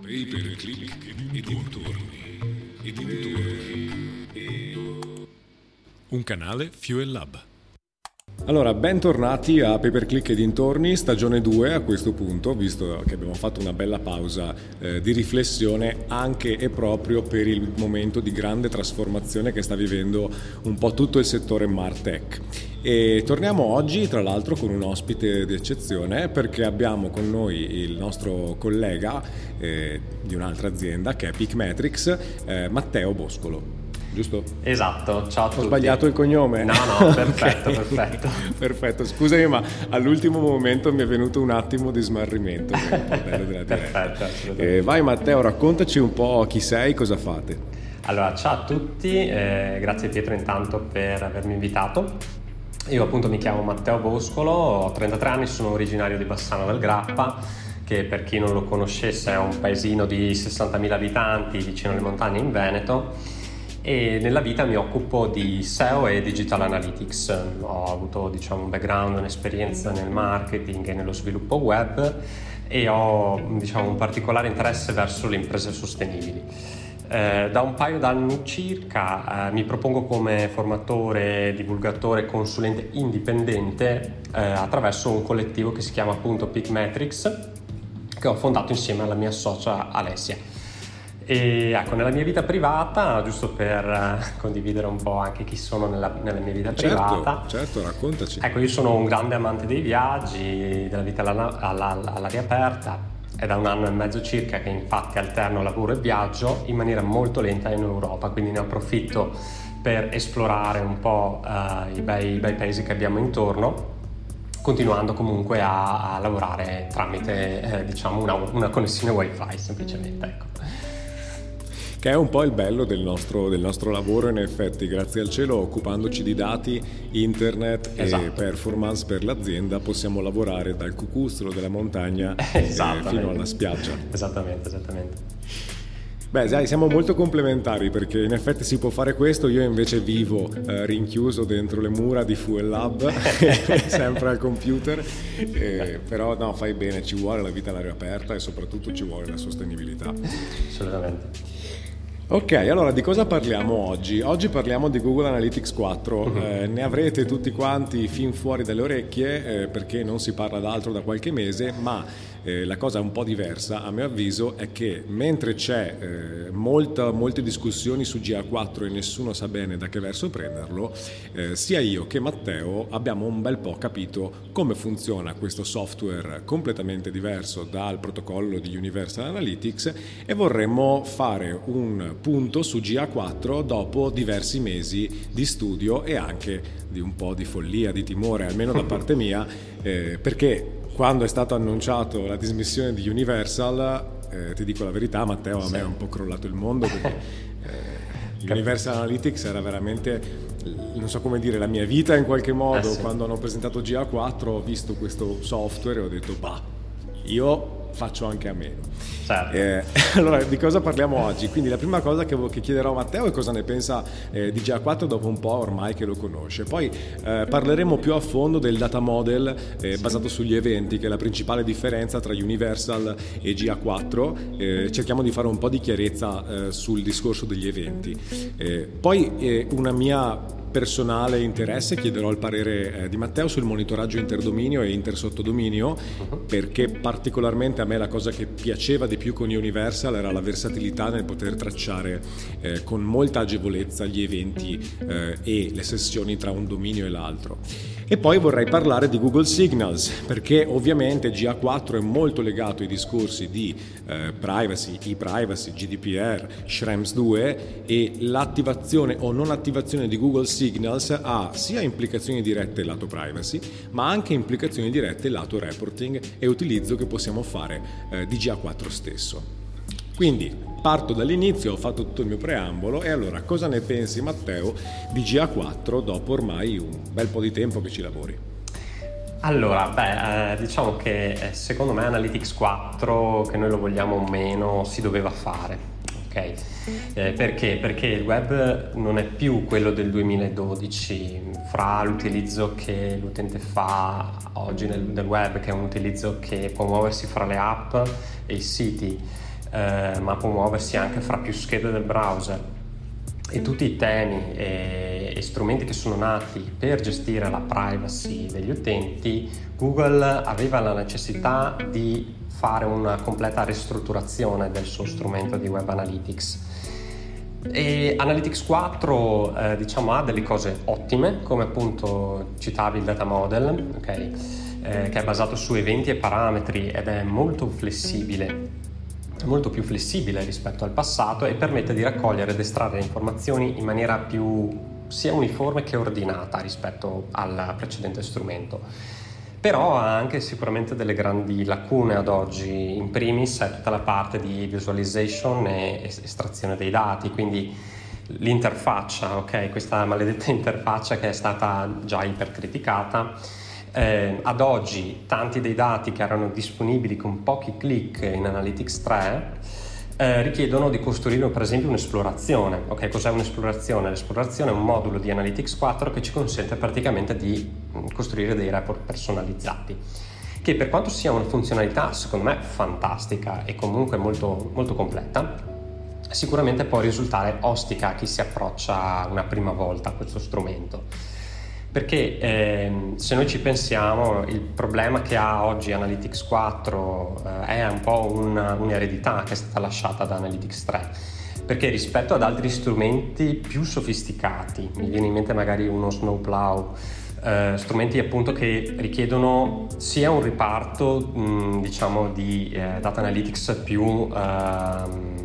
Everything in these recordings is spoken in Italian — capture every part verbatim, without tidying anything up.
Paperclip e dintorni. E dintorni. Un canale Fuel Lab. Allora, bentornati a Paperclip e dintorni, stagione due a questo punto, visto che abbiamo fatto una bella pausa eh, di riflessione anche e proprio per il momento di grande trasformazione che sta vivendo un po' tutto il settore Martech. E torniamo oggi, tra l'altro, con un ospite d'eccezione, perché abbiamo con noi il nostro collega eh, di un'altra azienda che è PicMetrics, eh, Matteo Boscolo. Giusto? Esatto, ciao a tutti. Ho sbagliato il cognome? No, no, perfetto, Okay. perfetto. Perfetto, scusami, ma all'ultimo momento mi è venuto un attimo di smarrimento, che è il bello della diretta. Perfetto, assolutamente. Eh, vai Matteo, raccontaci un po' chi sei, cosa fate. Allora, ciao a tutti, eh, grazie Pietro intanto per avermi invitato. Io appunto mi chiamo Matteo Boscolo, ho trentatré anni, sono originario di Bassano del Grappa, che per chi non lo conoscesse è un paesino di sessantamila abitanti vicino alle montagne in Veneto. E nella vita mi occupo di S E O e Digital Analytics. Ho avuto diciamo un background, un'esperienza nel marketing e nello sviluppo web e ho diciamo un particolare interesse verso le imprese sostenibili. Eh, da un paio d'anni circa eh, mi propongo come formatore, divulgatore, consulente indipendente eh, attraverso un collettivo che si chiama appunto PicMetrics, che ho fondato insieme alla mia socia Alessia. E ecco, nella mia vita privata, giusto per uh, condividere un po' anche chi sono nella, nella mia vita certo, privata. Certo, raccontaci. Ecco, io sono un grande amante dei viaggi, della vita alla, alla, all'aria aperta. È da un anno e mezzo circa che infatti alterno lavoro e viaggio in maniera molto lenta in Europa, quindi ne approfitto per esplorare un po' uh, i, bei, i bei paesi che abbiamo intorno, continuando comunque a, a lavorare tramite eh, diciamo una, una connessione wifi semplicemente, ecco. Che è un po' il bello del nostro, del nostro lavoro, in effetti, grazie al cielo, occupandoci di dati, internet Esatto. e performance per l'azienda, possiamo lavorare dal cucuzzolo della montagna eh, fino alla spiaggia. Esattamente, esattamente. Beh, sai, siamo molto complementari perché in effetti si può fare questo, io invece vivo eh, rinchiuso dentro le mura di Fuel Lab, sempre al computer, eh, però no, fai bene, ci vuole la vita all'aria aperta e soprattutto ci vuole la sostenibilità. Assolutamente. Ok, allora di cosa parliamo oggi? Oggi parliamo di Google Analytics quattro, uh-huh. eh, ne avrete tutti quanti fin fuori dalle orecchie eh, perché non si parla d'altro da qualche mese, ma eh, la cosa un po' diversa a mio avviso è che mentre c'è eh, molta, molte discussioni su G A quattro e nessuno sa bene da che verso prenderlo, eh, sia io che Matteo abbiamo un bel po' capito come funziona questo software completamente diverso dal protocollo di Universal Analytics e vorremmo fare un punto su G A quattro dopo diversi mesi di studio e anche di un po' di follia, di timore, almeno da parte mia, eh, perché quando è stato annunciato la dismissione di Universal, eh, ti dico la verità Matteo, a me è un po' crollato il mondo perché eh, Universal Analytics era veramente, non so come dire, la mia vita in qualche modo. Eh sì. Quando hanno presentato G A quattro ho visto questo software e ho detto bah, io faccio anche a meno. Certo. Eh, allora, di cosa parliamo oggi? Quindi la prima cosa che, che chiederò a Matteo è cosa ne pensa eh, di G A quattro dopo un po' ormai che lo conosce. Poi eh, parleremo più a fondo del data model eh, basato sugli eventi, che è la principale differenza tra Universal e G A quattro. Eh, cerchiamo di fare un po' di chiarezza eh, sul discorso degli eventi. Eh, poi eh, una mia personale interesse, chiederò il parere eh, di Matteo sul monitoraggio interdominio e intersottodominio, uh-huh. perché particolarmente a me la cosa che piaceva di più con Universal era la versatilità nel poter tracciare eh, con molta agevolezza gli eventi eh, e le sessioni tra un dominio e l'altro. E poi vorrei parlare di Google Signals, perché ovviamente G A quattro è molto legato ai discorsi di eh, privacy, e-privacy, G D P R, Schrems due, e l'attivazione o non attivazione di Google Signals ha sia implicazioni dirette lato privacy, ma anche implicazioni dirette lato reporting e utilizzo che possiamo fare eh, di G A quattro stesso. Quindi parto dall'inizio, ho fatto tutto il mio preambolo e allora cosa ne pensi Matteo di G A quattro dopo ormai un bel po' di tempo che ci lavori? Allora, beh, eh, diciamo che eh, secondo me Analytics quattro, che noi lo vogliamo o meno, si doveva fare, ok? Eh, perché? Perché il web non è più quello del duemiladodici, fra l'utilizzo che l'utente fa oggi nel, nel web, che è un utilizzo che può muoversi fra le app e i siti. eh, ma può muoversi anche fra più schede del browser, e tutti i temi e, e strumenti che sono nati per gestire la privacy degli utenti, Google aveva la necessità di fare una completa ristrutturazione del suo strumento di Web Analytics. E Analytics quattro eh, diciamo ha delle cose ottime, come appunto citavi il data model, okay? eh, che è basato su eventi e parametri ed è molto flessibile, molto più flessibile rispetto al passato, e permette di raccogliere ed estrarre informazioni in maniera più sia uniforme che ordinata rispetto al precedente strumento. Però ha anche sicuramente delle grandi lacune ad oggi. In primis è tutta la parte di visualization e estrazione dei dati, quindi l'interfaccia, ok? Questa maledetta interfaccia che è stata già ipercriticata. Eh, ad oggi tanti dei dati che erano disponibili con pochi click in Analytics tre eh, richiedono di costruire per esempio un'esplorazione. Ok, cos'è un'esplorazione? L'esplorazione è un modulo di Analytics quattro che ci consente praticamente di costruire dei report personalizzati, che per quanto sia una funzionalità secondo me fantastica e comunque molto, molto completa, sicuramente può risultare ostica a chi si approccia una prima volta a questo strumento. Perché eh, se noi ci pensiamo, il problema che ha oggi Analytics quattro eh, è un po' un, un'eredità che è stata lasciata da Analytics tre, perché rispetto ad altri strumenti più sofisticati, mi viene in mente magari uno Snowplow, eh, strumenti appunto che richiedono sia un riparto mh, diciamo di eh, data analytics più eh,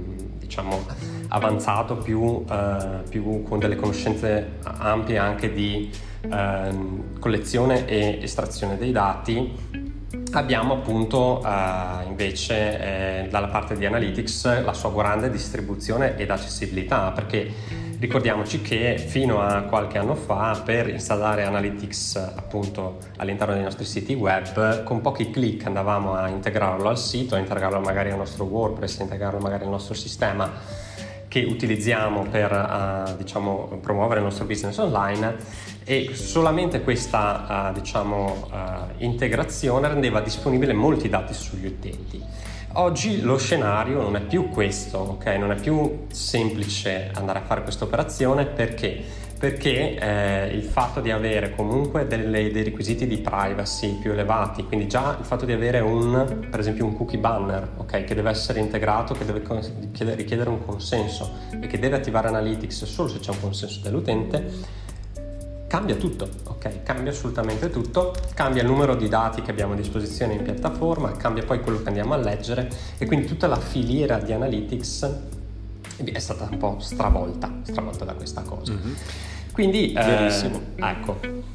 diciamo avanzato, più, eh, più con delle conoscenze ampie anche di eh, collezione e estrazione dei dati, abbiamo appunto eh, invece eh, dalla parte di Analytics la sua grande distribuzione ed accessibilità, perché ricordiamoci che fino a qualche anno fa per installare Analytics appunto all'interno dei nostri siti web, con pochi click andavamo a integrarlo al sito, a integrarlo magari al nostro WordPress, a integrarlo magari al nostro sistema che utilizziamo per uh, diciamo promuovere il nostro business online, e solamente questa uh, diciamo uh, integrazione rendeva disponibile molti dati sugli utenti. Oggi lo scenario non è più questo, ok? Non è più semplice andare a fare questa operazione. Perché? Perché eh, il fatto di avere comunque delle, dei requisiti di privacy più elevati, quindi già il fatto di avere un, per esempio un cookie banner, ok, che deve essere integrato, che deve richiedere un consenso e che deve attivare Analytics solo se c'è un consenso dell'utente, cambia tutto, ok? Cambia assolutamente tutto, cambia il numero di dati che abbiamo a disposizione in piattaforma, cambia poi quello che andiamo a leggere, e quindi tutta la filiera di Analytics è stata un po' stravolta, stravolta da questa cosa. Mm-hmm. Quindi, eh, ecco,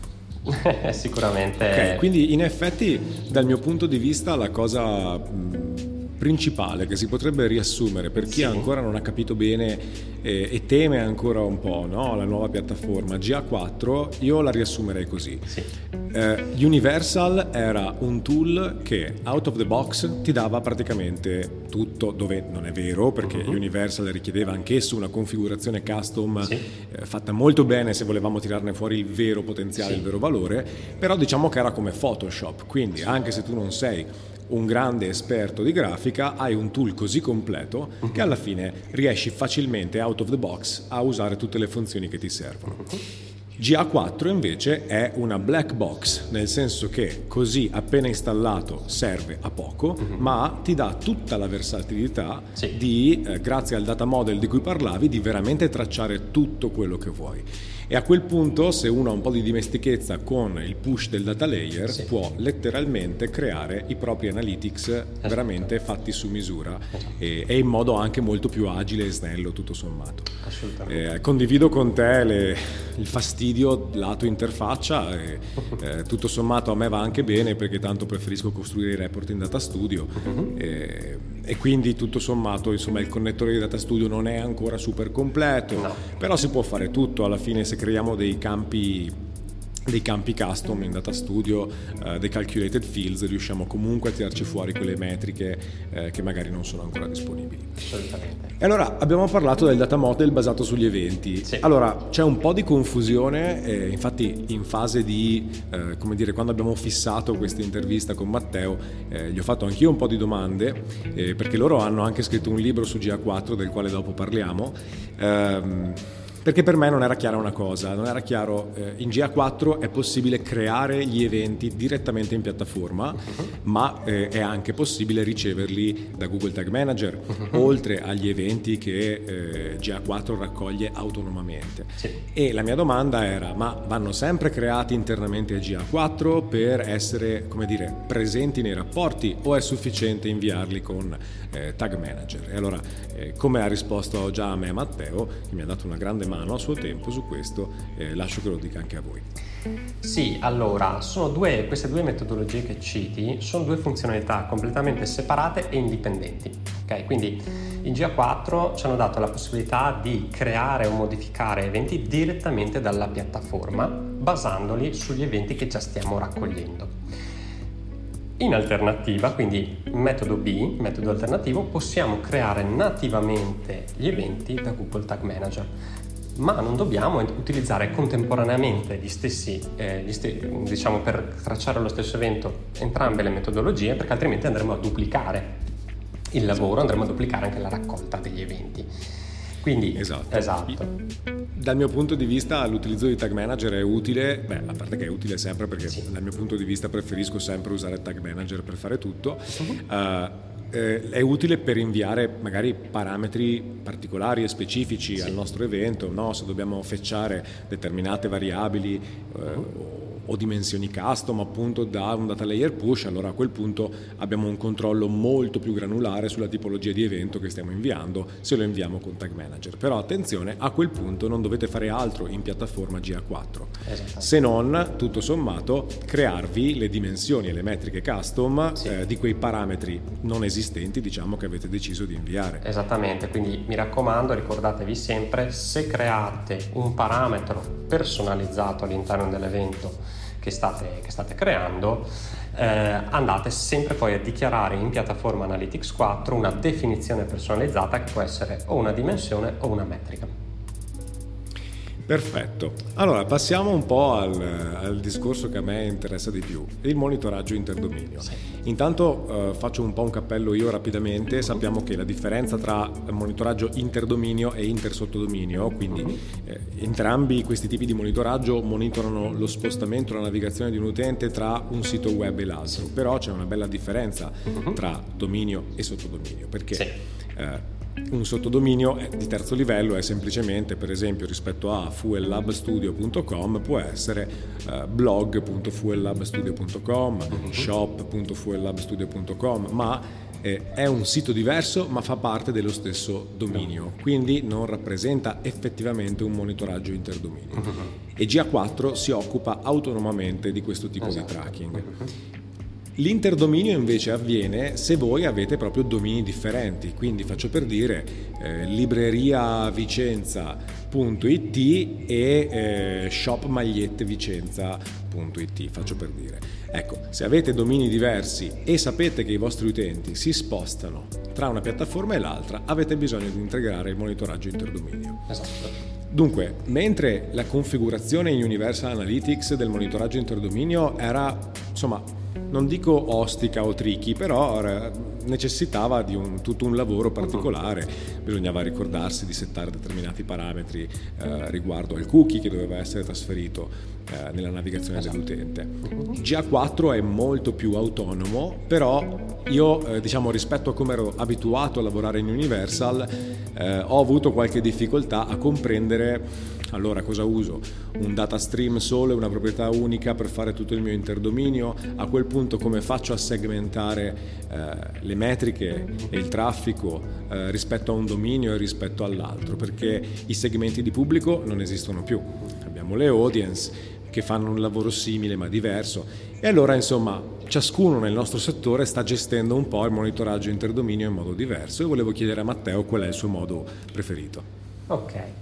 sicuramente... Okay, quindi in effetti dal mio punto di vista la cosa mh, principale che si potrebbe riassumere per chi sì. ancora non ha capito bene eh, e teme ancora un po', no, la nuova piattaforma G A quattro, io la riassumerei così. Sì. Eh, Universal era un tool che out of the box ti dava praticamente tutto, dove non è vero, perché uh-huh. Universal richiedeva anch'esso una configurazione custom sì. eh, fatta molto bene se volevamo tirarne fuori il vero potenziale, sì. il vero valore, però diciamo che era come Photoshop, quindi anche se tu non sei un grande esperto di grafica, hai un tool così completo uh-huh. che alla fine riesci facilmente out of the box a usare tutte le funzioni che ti servono. Uh-huh. G A quattro invece è una black box, nel senso che così appena installato serve a poco, uh-huh. ma ti dà tutta la versatilità sì. di, eh, grazie al data model di cui parlavi, di veramente tracciare tutto quello che vuoi. E a quel punto, se uno ha un po' di dimestichezza con il push del data layer, sì. può letteralmente creare i propri analytics esatto. veramente fatti su misura esatto. e, e in modo anche molto più agile e snello, tutto sommato. Assolutamente. Eh, condivido con te le, il fastidio lato interfaccia, e, eh, tutto sommato a me va anche bene, perché tanto preferisco costruire i report in Data Studio uh-huh. e, e quindi tutto sommato insomma il connettore di Data Studio non è ancora super completo, no. però si può fare tutto alla fine. Se creiamo dei campi dei campi custom in Data Studio, eh, dei calculated fields, riusciamo comunque a tirarci fuori quelle metriche eh, che magari non sono ancora disponibili. Assolutamente. E allora abbiamo parlato del data model basato sugli eventi. Sì. Allora c'è un po' di confusione, eh, infatti in fase di, eh, come dire, quando abbiamo fissato questa intervista con Matteo, eh, gli ho fatto anch'io un po' di domande, eh, perché loro hanno anche scritto un libro su G A quattro del quale dopo parliamo. Ehm, Perché per me non era chiara una cosa, non era chiaro, eh, in G A quattro è possibile creare gli eventi direttamente in piattaforma, uh-huh. ma eh, è anche possibile riceverli da Google Tag Manager, uh-huh. oltre agli eventi che eh, G A quattro raccoglie autonomamente. Sì. E la mia domanda era, ma vanno sempre creati internamente a G A quattro per essere, come dire, presenti nei rapporti, o è sufficiente inviarli con eh, Tag Manager? E allora, eh, come ha risposto già a me Matteo, che mi ha dato una grande mano a suo tempo su questo, eh, lascio che lo dica anche a voi. Sì, allora, sono due, queste due metodologie che citi sono due funzionalità completamente separate e indipendenti. Ok, quindi in G A quattro ci hanno dato la possibilità di creare o modificare eventi direttamente dalla piattaforma, basandoli sugli eventi che già stiamo raccogliendo. In alternativa, quindi metodo B, metodo alternativo, possiamo creare nativamente gli eventi da Google Tag Manager, ma non dobbiamo utilizzare contemporaneamente gli stessi, eh, gli st- diciamo per tracciare lo stesso evento entrambe le metodologie, perché altrimenti andremo a duplicare il lavoro, andremo a duplicare anche la raccolta degli eventi. Quindi, esatto. esatto. Dal mio punto di vista l'utilizzo di Tag Manager è utile, beh, a parte che è utile sempre, perché sì. dal mio punto di vista preferisco sempre usare Tag Manager per fare tutto. Uh-huh. Uh, eh, è utile per inviare magari parametri particolari e specifici sì. al nostro evento, no? Se dobbiamo fetchare determinate variabili uh, uh-huh. o dimensioni custom appunto da un data layer push, allora a quel punto abbiamo un controllo molto più granulare sulla tipologia di evento che stiamo inviando se lo inviamo con Tag Manager. Però attenzione, a quel punto non dovete fare altro in piattaforma G A quattro, se non, tutto sommato, crearvi le dimensioni e le metriche custom sì. eh, di quei parametri non esistenti, diciamo, che avete deciso di inviare. Esattamente, quindi mi raccomando, ricordatevi sempre, se create un parametro personalizzato all'interno dell'evento che state, che state creando, eh, andate sempre poi a dichiarare in piattaforma Analytics quattro una definizione personalizzata che può essere o una dimensione o una metrica. Perfetto, allora passiamo un po' al, al discorso che a me interessa di più, il monitoraggio interdominio. Sì. Intanto eh, faccio un po' un cappello io rapidamente. Sappiamo che la differenza tra monitoraggio interdominio e intersottodominio, quindi uh-huh. eh, entrambi questi tipi di monitoraggio monitorano lo spostamento, la navigazione di un utente tra un sito web e l'altro, sì. però c'è una bella differenza uh-huh. tra dominio e sottodominio, perché sì. eh, un sottodominio di terzo livello è semplicemente, per esempio, rispetto a fuel lab studio punto com può essere uh, blog punto fuel lab studio punto com, uh-huh. shop punto fuel lab studio punto com, ma eh, è un sito diverso ma fa parte dello stesso dominio, quindi non rappresenta effettivamente un monitoraggio interdominio. Uh-huh. E G A quattro si occupa autonomamente di questo tipo esatto. di tracking. Uh-huh. L'interdominio invece avviene se voi avete proprio domini differenti, quindi faccio per dire eh, libreria vicenza punto it e eh, shop magliette vicenza punto it, faccio per dire. Ecco, se avete domini diversi e sapete che i vostri utenti si spostano tra una piattaforma e l'altra, avete bisogno di integrare il monitoraggio interdominio. Esatto. Dunque, mentre la configurazione in Universal Analytics del monitoraggio interdominio era, insomma, non dico ostica o tricky, però necessitava di un, tutto un lavoro particolare, uh-huh. bisognava ricordarsi di settare determinati parametri eh, riguardo al cookie che doveva essere trasferito eh, nella navigazione esatto. dell'utente. Uh-huh. G A quattro è molto più autonomo, però io eh, diciamo rispetto a come ero abituato a lavorare in Universal eh, ho avuto qualche difficoltà a comprendere. Allora cosa uso? Un data stream solo e una proprietà unica per fare tutto il mio interdominio? A quel punto come faccio a segmentare eh, le metriche e il traffico eh, rispetto a un dominio e rispetto all'altro? Perché i segmenti di pubblico non esistono più. Abbiamo le audience che fanno un lavoro simile ma diverso, e allora insomma ciascuno nel nostro settore sta gestendo un po' il monitoraggio interdominio in modo diverso, e volevo chiedere a Matteo qual è il suo modo preferito. Ok.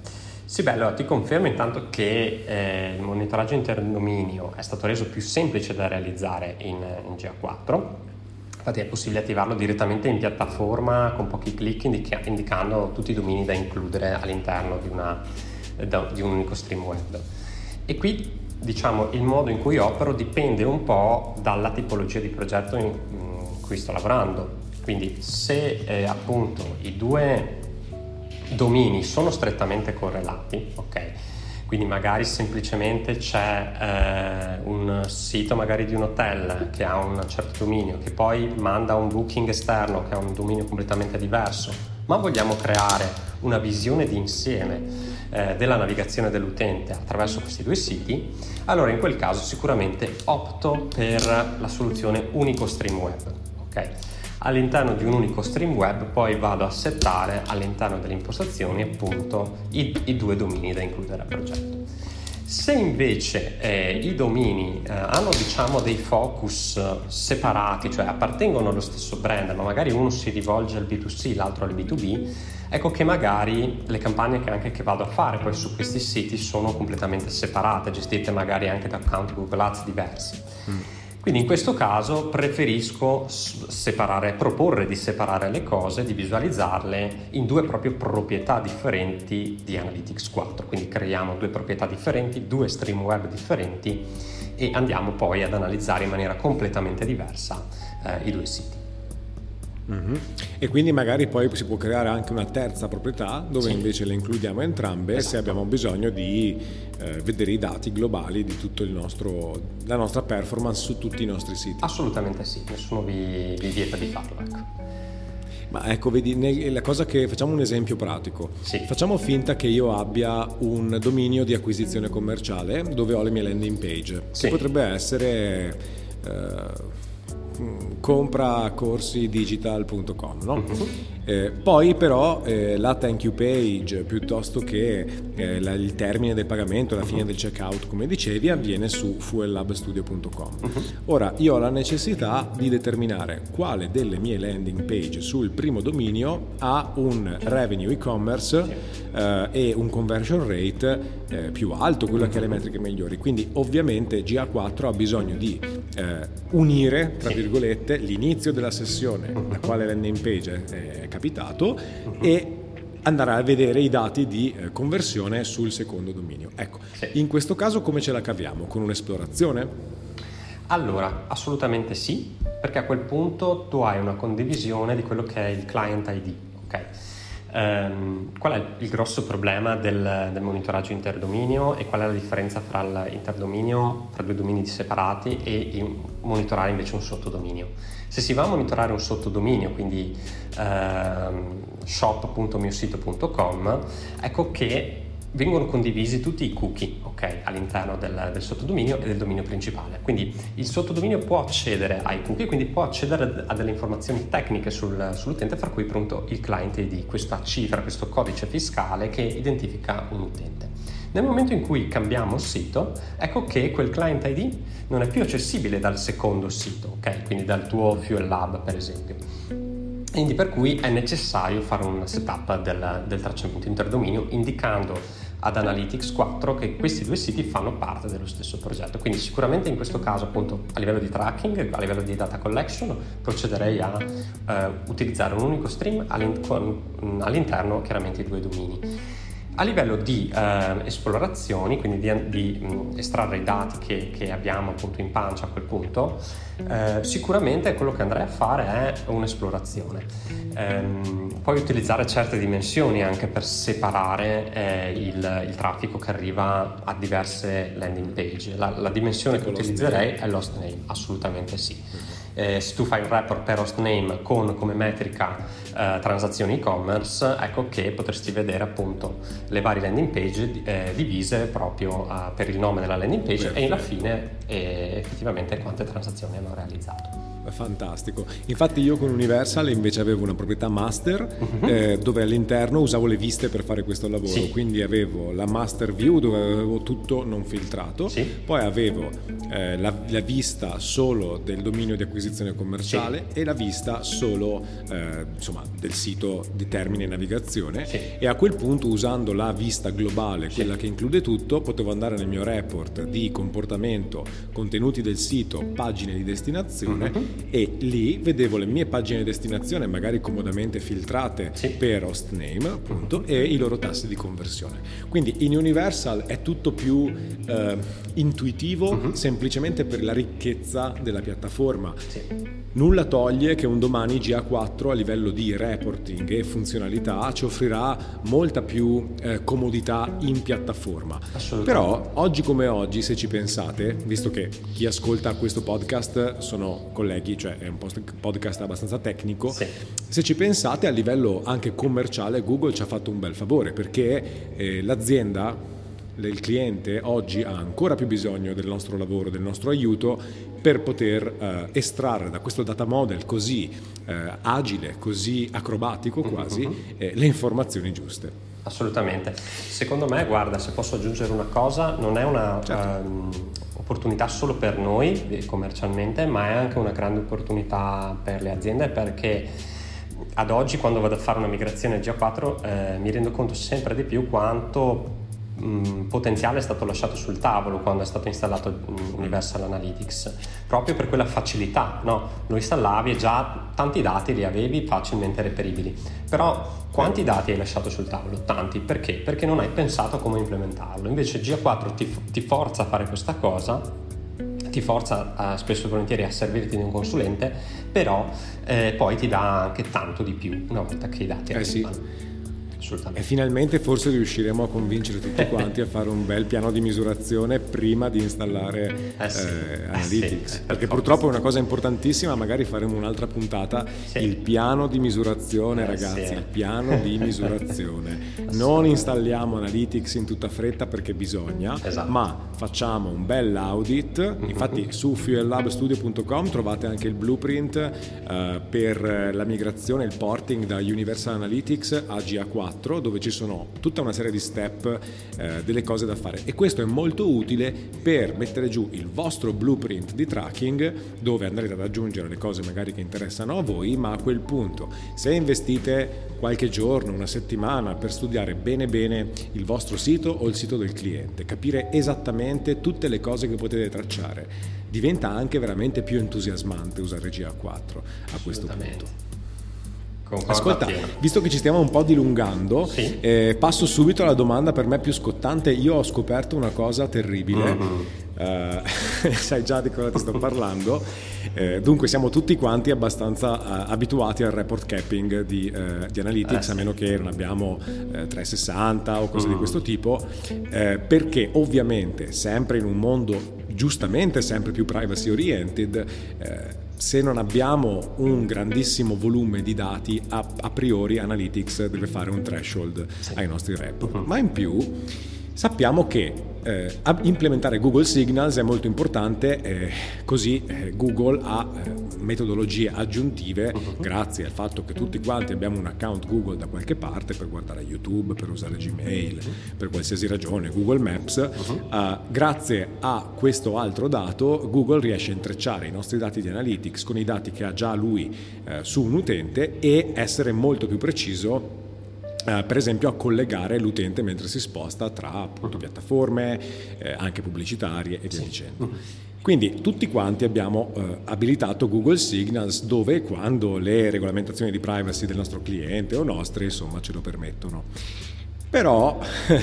Sì, beh, allora ti confermo intanto che eh, il monitoraggio interdominio è stato reso più semplice da realizzare in, in G A quattro. Infatti è possibile attivarlo direttamente in piattaforma con pochi clic, indica- indicando tutti i domini da includere all'interno di, una, da, di un unico stream web. E qui, diciamo, il modo in cui opero dipende un po' dalla tipologia di progetto in, in cui sto lavorando. Quindi se eh, appunto i due domini sono strettamente correlati, ok? Quindi magari semplicemente c'è eh, un sito magari di un hotel che ha un certo dominio, che poi manda un booking esterno che ha un dominio completamente diverso, ma vogliamo creare una visione di insieme eh, della navigazione dell'utente attraverso questi due siti, allora in quel caso sicuramente opto per la soluzione unico stream web, ok? All'interno di un unico stream web poi vado a settare all'interno delle impostazioni appunto i, i due domini da includere al progetto. Se invece eh, i domini eh, hanno diciamo dei focus separati, cioè appartengono allo stesso brand, ma magari uno si rivolge al B due C, l'altro al B due B, ecco che magari le campagne che anche che vado a fare poi su questi siti sono completamente separate, gestite magari anche da account Google Ads diversi. Mm. Quindi in questo caso preferisco separare, proporre di separare le cose, di visualizzarle in due proprio proprietà differenti di Analytics quattro. Quindi creiamo due proprietà differenti, due stream web differenti e andiamo poi ad analizzare in maniera completamente diversa eh, i due siti. Mm-hmm. E quindi magari poi si può creare anche una terza proprietà dove sì. invece le includiamo entrambe, esatto. se abbiamo bisogno di eh, vedere i dati globali di tutto il nostro, la nostra performance su tutti i nostri siti. Assolutamente sì, nessuno vi, vi vieta di farlo, ecco. Ma ecco, vedi, la cosa che facciamo un esempio pratico. Sì. Facciamo finta che io abbia un dominio di acquisizione commerciale dove ho le mie landing page. Sì. Potrebbe essere eh, compra corsi digital punto com, no? Uh-huh. Eh, poi però eh, la thank you page piuttosto che eh, la, il termine del pagamento, la uh-huh. fine del checkout, come dicevi, avviene su fuel lab studio punto com. Uh-huh. Ora io ho la necessità di determinare quale delle mie landing page sul primo dominio ha un revenue e-commerce eh, e un conversion rate eh, più alto, quello uh-huh. che ha le metriche migliori. Quindi ovviamente G A quattro ha bisogno di eh, unire, tra virgolette, l'inizio della sessione, da quale landing page è capitato, uh-huh. e andare a vedere i dati di eh, conversione sul secondo dominio. Ecco, sì. in questo caso come ce la caviamo? Con un'esplorazione? Allora, assolutamente sì, perché a quel punto tu hai una condivisione di quello che è il client I D, ok? Um, qual è il grosso problema del, del monitoraggio interdominio e qual è la differenza fra l'interdominio, fra due domini separati e monitorare invece un sottodominio? Se si va a monitorare un sottodominio, quindi um, shop punto mio sito punto com, ecco che vengono condivisi tutti i cookie, ok, all'interno del, del sottodominio e del dominio principale. Quindi il sottodominio può accedere ai cookie, quindi può accedere a delle informazioni tecniche sul, sull'utente, fra cui appunto il client I D, questa cifra, questo codice fiscale che identifica un utente. Nel momento in cui cambiamo il sito, ecco che quel client I D non è più accessibile dal secondo sito, ok, quindi dal tuo Fuel Lab per esempio. Quindi per cui è necessario fare un setup del, del tracciamento interdominio indicando ad Analytics quattro che questi due siti fanno parte dello stesso progetto. Quindi sicuramente in questo caso appunto a livello di tracking, a livello di data collection, procederei a eh, utilizzare un unico stream all'interno chiaramente i due domini. A livello di eh, esplorazioni, quindi di, di mh, estrarre i dati che, che abbiamo appunto in pancia a quel punto, eh, sicuramente quello che andrei a fare è un'esplorazione. Ehm, puoi utilizzare certe dimensioni anche per separare eh, il, il traffico che arriva a diverse landing page. La, la dimensione che utilizzerei è l'host name, assolutamente sì. Eh, se tu fai un report per host name con come metrica eh, transazioni e-commerce, ecco che potresti vedere appunto le varie landing page eh, divise proprio eh, per il nome della landing page. Perfetto. E alla fine eh, effettivamente quante transazioni hanno realizzato. Fantastico. Infatti io con Universal invece avevo una proprietà master uh-huh. eh, dove all'interno usavo le viste per fare questo lavoro, sì. Quindi avevo la master view dove avevo tutto non filtrato, sì. Poi avevo eh, la, la vista solo del dominio di acquisizione commerciale, sì. E la vista solo eh, insomma del sito di termine navigazione, sì. E a quel punto, usando la vista globale, sì. Quella che include tutto, potevo andare nel mio report di comportamento, contenuti del sito, pagine di destinazione, uh-huh. E lì vedevo le mie pagine di destinazione magari comodamente filtrate, sì. Per hostname appunto, uh-huh. E i loro tassi di conversione. Quindi in Universal è tutto più eh, intuitivo, uh-huh. Semplicemente per la ricchezza della piattaforma, sì. Nulla toglie che un domani G A quattro a livello di reporting e funzionalità ci offrirà molta più eh, comodità in piattaforma. Però oggi come oggi, se ci pensate, visto che chi ascolta questo podcast sono colleghi, cioè è un podcast abbastanza tecnico, sì. Se ci pensate a livello anche commerciale, Google ci ha fatto un bel favore, perché eh, l'azienda, il cliente oggi ha ancora più bisogno del nostro lavoro, del nostro aiuto per poter eh, estrarre da questo data model così eh, agile, così acrobatico quasi, uh-huh. eh, le informazioni giuste. Assolutamente. Secondo me, guarda, se posso aggiungere una cosa, non è una certo. um, opportunità solo per noi commercialmente, ma è anche una grande opportunità per le aziende, perché ad oggi, quando vado a fare una migrazione G A quattro, eh, mi rendo conto sempre di più quanto mh, potenziale è stato lasciato sul tavolo quando è stato installato mh, Universal Analytics, proprio per quella facilità, no? Lo installavi e già tanti dati li avevi facilmente reperibili, però quanti dati hai lasciato sul tavolo? Tanti. Perché? Perché non hai pensato a come implementarlo. Invece G A quattro ti, ti forza a fare questa cosa, ti forza a, spesso e volentieri a servirti di un consulente, però eh, poi ti dà anche tanto di più una volta che i dati eh arrivano. Sì. E finalmente forse riusciremo a convincere tutti quanti a fare un bel piano di misurazione prima di installare eh sì, eh, Analytics, eh sì, perché purtroppo è una cosa importantissima, magari faremo un'altra puntata, sì. Il piano di misurazione, eh ragazzi, sì. Il piano di misurazione. Non installiamo Analytics in tutta fretta perché bisogna, esatto. Ma facciamo un bel audit. Infatti su fuel lab studio punto com trovate anche il blueprint eh, per la migrazione, il porting da Universal Analytics a G A quattro, dove ci sono tutta una serie di step, eh, delle cose da fare, e questo è molto utile per mettere giù il vostro blueprint di tracking, dove andrete ad aggiungere le cose magari che interessano a voi, ma a quel punto, se investite qualche giorno, una settimana per studiare bene bene il vostro sito o il sito del cliente, capire esattamente tutte le cose che potete tracciare, diventa anche veramente più entusiasmante usare G A quattro a questo punto. Ascolta, visto che ci stiamo un po' dilungando, sì. eh, passo subito alla domanda per me più scottante. Io ho scoperto una cosa terribile, mm-hmm. uh, sai già di cosa ti sto parlando, eh, dunque siamo tutti quanti abbastanza uh, abituati al report capping di, uh, di Analytics, eh, sì. A meno che non abbiamo uh, trecentosessanta o cose mm. di questo tipo, eh, perché ovviamente sempre in un mondo giustamente sempre più privacy oriented, eh, se non abbiamo un grandissimo volume di dati, a, a priori Analytics deve fare un threshold sì. ai nostri report. Uh-huh. Ma in più sappiamo che eh, implementare Google Signals è molto importante, eh, così eh, Google ha eh, metodologie aggiuntive, uh-huh. grazie al fatto che tutti quanti abbiamo un account Google da qualche parte per guardare YouTube, per usare Gmail, uh-huh. per qualsiasi ragione, Google Maps, uh-huh. uh, grazie a questo altro dato Google riesce a intrecciare i nostri dati di Analytics con i dati che ha già lui eh, su un utente e essere molto più preciso. Uh, per esempio a collegare l'utente mentre si sposta tra appunto piattaforme, eh, anche pubblicitarie e via sì. dicendo. Quindi tutti quanti abbiamo uh, abilitato Google Signals, dove e quando le regolamentazioni di privacy del nostro cliente o nostre insomma ce lo permettono. Però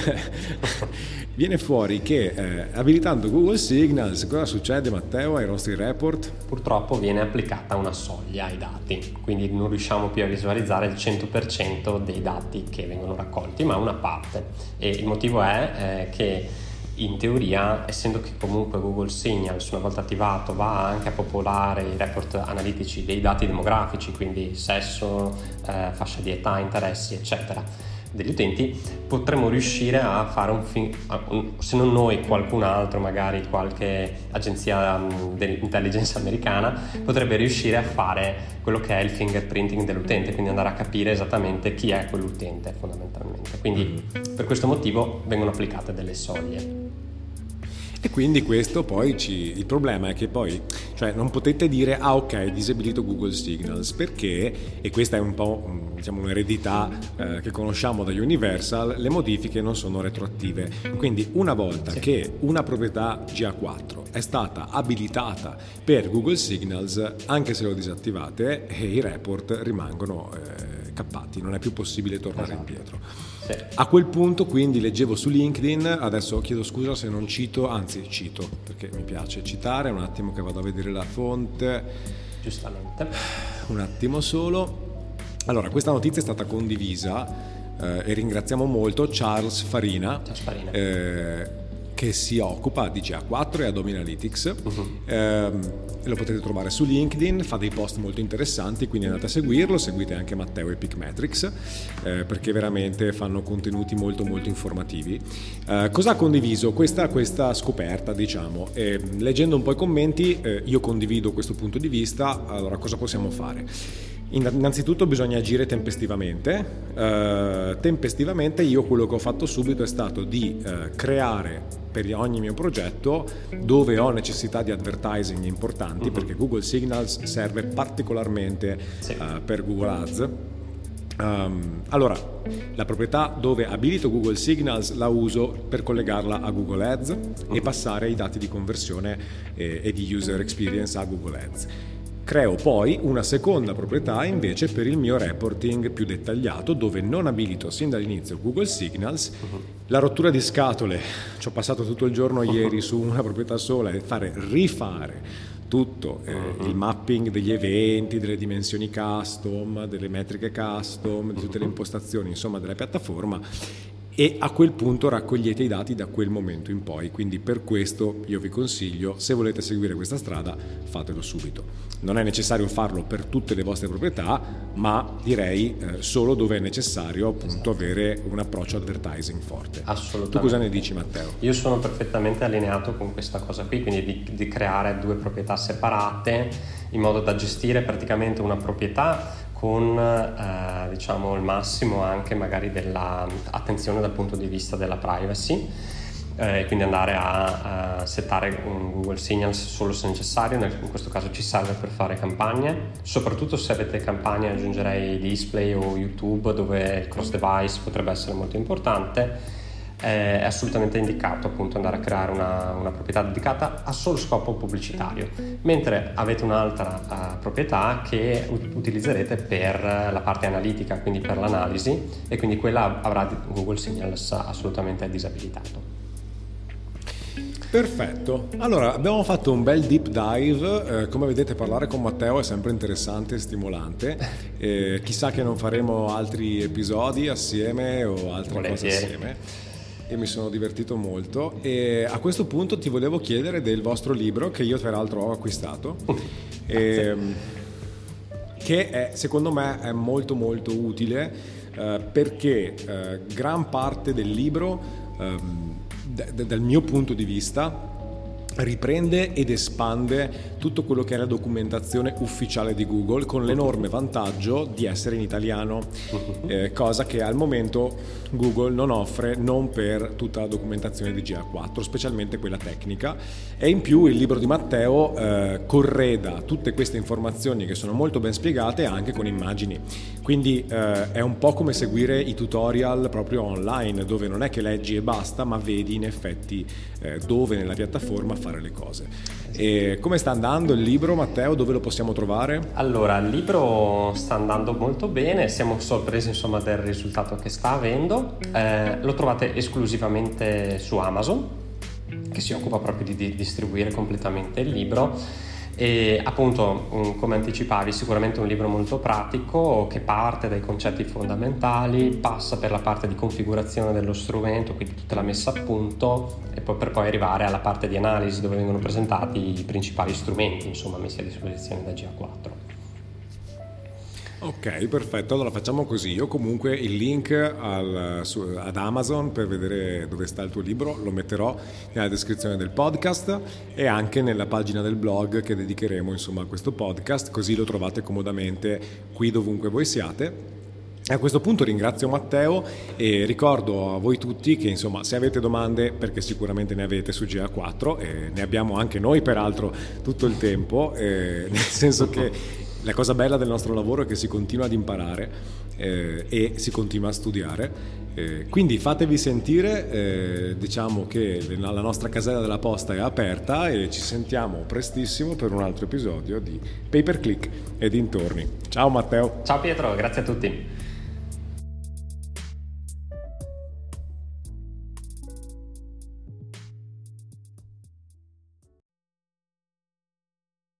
viene fuori che eh, abilitando Google Signals, cosa succede, Matteo, ai nostri report? Purtroppo viene applicata una soglia ai dati, quindi non riusciamo più a visualizzare il cento per cento dei dati che vengono raccolti, ma una parte. E il motivo è eh, che in teoria, essendo che comunque Google Signals una volta attivato va anche a popolare i report analitici dei dati demografici, quindi sesso, eh, fascia di età, interessi eccetera, degli utenti, potremmo riuscire a fare un, fin- un se non noi, qualcun altro, magari qualche agenzia um, dell'intelligence americana, potrebbe riuscire a fare quello che è il fingerprinting dell'utente, quindi andare a capire esattamente chi è quell'utente fondamentalmente. Quindi per questo motivo vengono applicate delle soglie. E quindi questo poi ci... il problema è che poi, cioè, non potete dire ah ok, disabilito Google Signals, perché, e questa è un po' diciamo un'eredità eh, che conosciamo dagli Universal, le modifiche non sono retroattive. Quindi una volta sì. che una proprietà G A quattro è stata abilitata per Google Signals, anche se lo disattivate, eh, i report rimangono eh, cappati, non è più possibile tornare esatto. indietro. Sì. A quel punto quindi leggevo su LinkedIn, adesso chiedo scusa se non cito, anzi cito perché mi piace citare, un attimo che vado a vedere la fonte. Giustamente. Un attimo solo. Allora, questa notizia è stata condivisa eh, e ringraziamo molto Charles Farina, Charles Farina. Eh, che si occupa di G A quattro e Adobe Analytics. Uh-huh. Eh, lo potete trovare su LinkedIn, fa dei post molto interessanti, quindi andate a seguirlo, seguite anche Matteo e PicMetrics eh, perché veramente fanno contenuti molto molto informativi. Eh, cosa ha condiviso? Questa, questa scoperta, diciamo, eh, leggendo un po' i commenti eh, io condivido questo punto di vista. Allora, cosa possiamo fare? Innanzitutto bisogna agire tempestivamente. Uh, tempestivamente io quello che ho fatto subito è stato di uh, creare per ogni mio progetto, dove ho necessità di advertising importanti, uh-huh. perché Google Signals serve particolarmente sì. uh, per Google Ads. Um, allora, la proprietà dove abilito Google Signals la uso per collegarla a Google Ads uh-huh. e passare i dati di conversione e, e di user experience a Google Ads. Creo poi una seconda proprietà invece per il mio reporting più dettagliato, dove non abilito sin dall'inizio Google Signals. Uh-huh. La rottura di scatole, ci ho passato tutto il giorno uh-huh. ieri su una proprietà sola e fare rifare tutto eh, uh-huh. il mapping degli eventi, delle dimensioni custom, delle metriche custom, di tutte le impostazioni insomma della piattaforma. E a quel punto raccogliete i dati da quel momento in poi, quindi per questo io vi consiglio, se volete seguire questa strada, fatelo subito. Non è necessario farlo per tutte le vostre proprietà, ma direi eh, solo dove è necessario appunto avere un approccio advertising forte. Assolutamente. Tu cosa ne dici, Matteo? Io sono perfettamente allineato con questa cosa qui, quindi di, di creare due proprietà separate in modo da gestire praticamente una proprietà con eh, diciamo il massimo anche magari della attenzione dal punto di vista della privacy, eh, quindi andare a, a settare un Google Signals solo se necessario. Nel, in questo caso ci serve per fare campagne, soprattutto se avete campagne aggiungerei display o YouTube dove il cross device potrebbe essere molto importante. È assolutamente indicato appunto andare a creare una, una proprietà dedicata a solo scopo pubblicitario, mentre avete un'altra uh, proprietà che ut- utilizzerete per la parte analitica, quindi per l'analisi, e quindi quella avrà Google Signals assolutamente disabilitato. Perfetto, allora abbiamo fatto un bel deep dive, eh, come vedete parlare con Matteo è sempre interessante e stimolante, eh, chissà che non faremo altri episodi assieme o altre Volentieri. cose assieme. E mi sono divertito molto, e a questo punto ti volevo chiedere del vostro libro che io tra l'altro ho acquistato e, che è, secondo me è molto molto utile eh, perché eh, gran parte del libro eh, d- dal mio punto di vista riprende ed espande tutto quello che è la documentazione ufficiale di Google, con l'enorme vantaggio di essere in italiano, eh, cosa che al momento Google non offre, non per tutta la documentazione di G A quattro, specialmente quella tecnica. E in più il libro di Matteo eh, correda tutte queste informazioni che sono molto ben spiegate anche con immagini, quindi eh, è un po' come seguire i tutorial proprio online, dove non è che leggi e basta, ma vedi in effetti eh, dove nella piattaforma fare le cose. E come sta andando il libro, Matteo? Dove lo possiamo trovare? Allora, il libro sta andando molto bene, siamo sorpresi insomma del risultato che sta avendo. Eh, lo trovate esclusivamente su Amazon, che si occupa proprio di, di distribuire completamente il libro. E appunto, um, come anticipavi, sicuramente un libro molto pratico che parte dai concetti fondamentali, passa per la parte di configurazione dello strumento, quindi tutta la messa a punto, e poi per poi arrivare alla parte di analisi dove vengono presentati i principali strumenti insomma messi a disposizione da G A quattro. Ok, perfetto, allora facciamo così. Io comunque il link al, su, ad Amazon per vedere dove sta il tuo libro lo metterò nella descrizione del podcast e anche nella pagina del blog che dedicheremo insomma a questo podcast, così lo trovate comodamente qui dovunque voi siate. A questo punto ringrazio Matteo e ricordo a voi tutti che insomma se avete domande, perché sicuramente ne avete su G A quattro, e ne abbiamo anche noi peraltro tutto il tempo, eh, nel senso che la cosa bella del nostro lavoro è che si continua ad imparare eh, e si continua a studiare, eh, quindi fatevi sentire, eh, diciamo che la nostra casella della posta è aperta e ci sentiamo prestissimo per un altro episodio di Pay Per Click e dintorni. Ciao Matteo. Ciao Pietro, grazie a tutti.